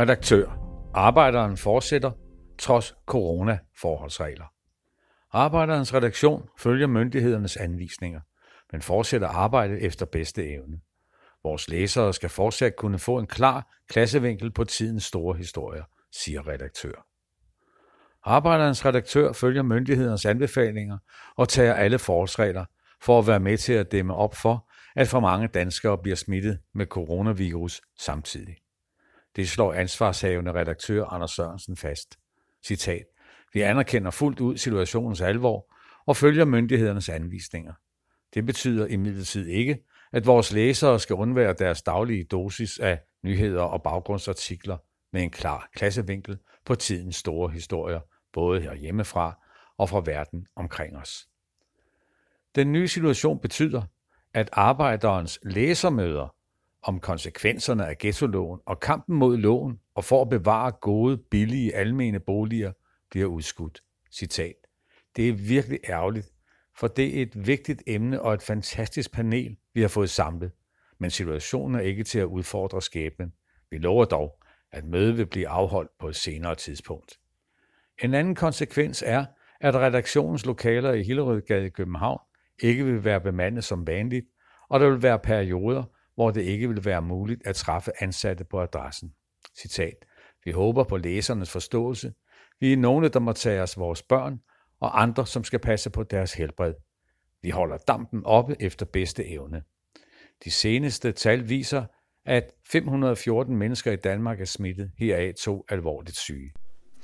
Redaktør. Arbejderen fortsætter trods corona-forholdsregler. Arbejderens redaktion følger myndighedernes anvisninger, men fortsætter arbejdet efter bedste evne. Vores læsere skal fortsat kunne få en klar klassevinkel på tidens store historier, siger redaktør. Arbejderens redaktør følger myndighedernes anbefalinger og tager alle forholdsregler for at være med til at dæmme op for, at for mange danskere bliver smittet med coronavirus samtidig. Det slår ansvarshavende redaktør Anders Sørensen fast. Citat: Vi anerkender fuldt ud situationens alvor og følger myndighedernes anvisninger. Det betyder imidlertid ikke, at vores læsere skal undvære deres daglige dosis af nyheder og baggrundsartikler med en klar klassevinkel på tidens store historier, både herhjemmefra og fra verden omkring os. Den nye situation betyder, at arbejderens læsermøder om konsekvenserne af ghettoloven og kampen mod loven og for at bevare gode, billige, almene boliger bliver udskudt. Citat: Det er virkelig ærgerligt, for det er et vigtigt emne og et fantastisk panel, vi har fået samlet, men situationen er ikke til at udfordre skæbnen. Vi lover dog, at mødet vil blive afholdt på et senere tidspunkt. En anden konsekvens er, at redaktionens lokaler i Hillerødgade i København ikke vil være bemandet som vanligt, og der vil være perioder, hvor det ikke vil være muligt at træffe ansatte på adressen. Citat: Vi håber på læsernes forståelse. Vi er nogle, der må tage os vores børn, og andre, som skal passe på deres helbred. Vi holder dampen oppe efter bedste evne. De seneste tal viser, at 514 mennesker i Danmark er smittet, heraf 2 alvorligt syge.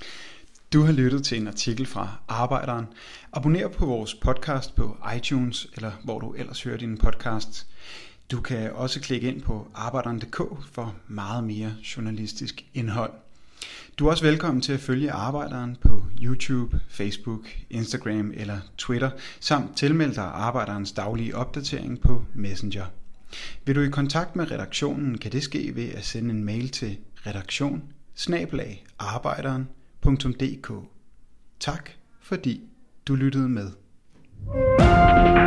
Du har lyttet til en artikel fra Arbejderen. Abonner på vores podcast på iTunes, eller hvor du ellers hører dine podcasts. Du kan også klikke ind på arbejderen.dk for meget mere journalistisk indhold. Du er også velkommen til at følge Arbejderen på YouTube, Facebook, Instagram eller Twitter, samt tilmelde dig Arbejderens daglige opdatering på Messenger. Vil du i kontakt med redaktionen, kan det ske ved at sende en mail til redaktion@arbejderen.dk. Tak fordi du lyttede med.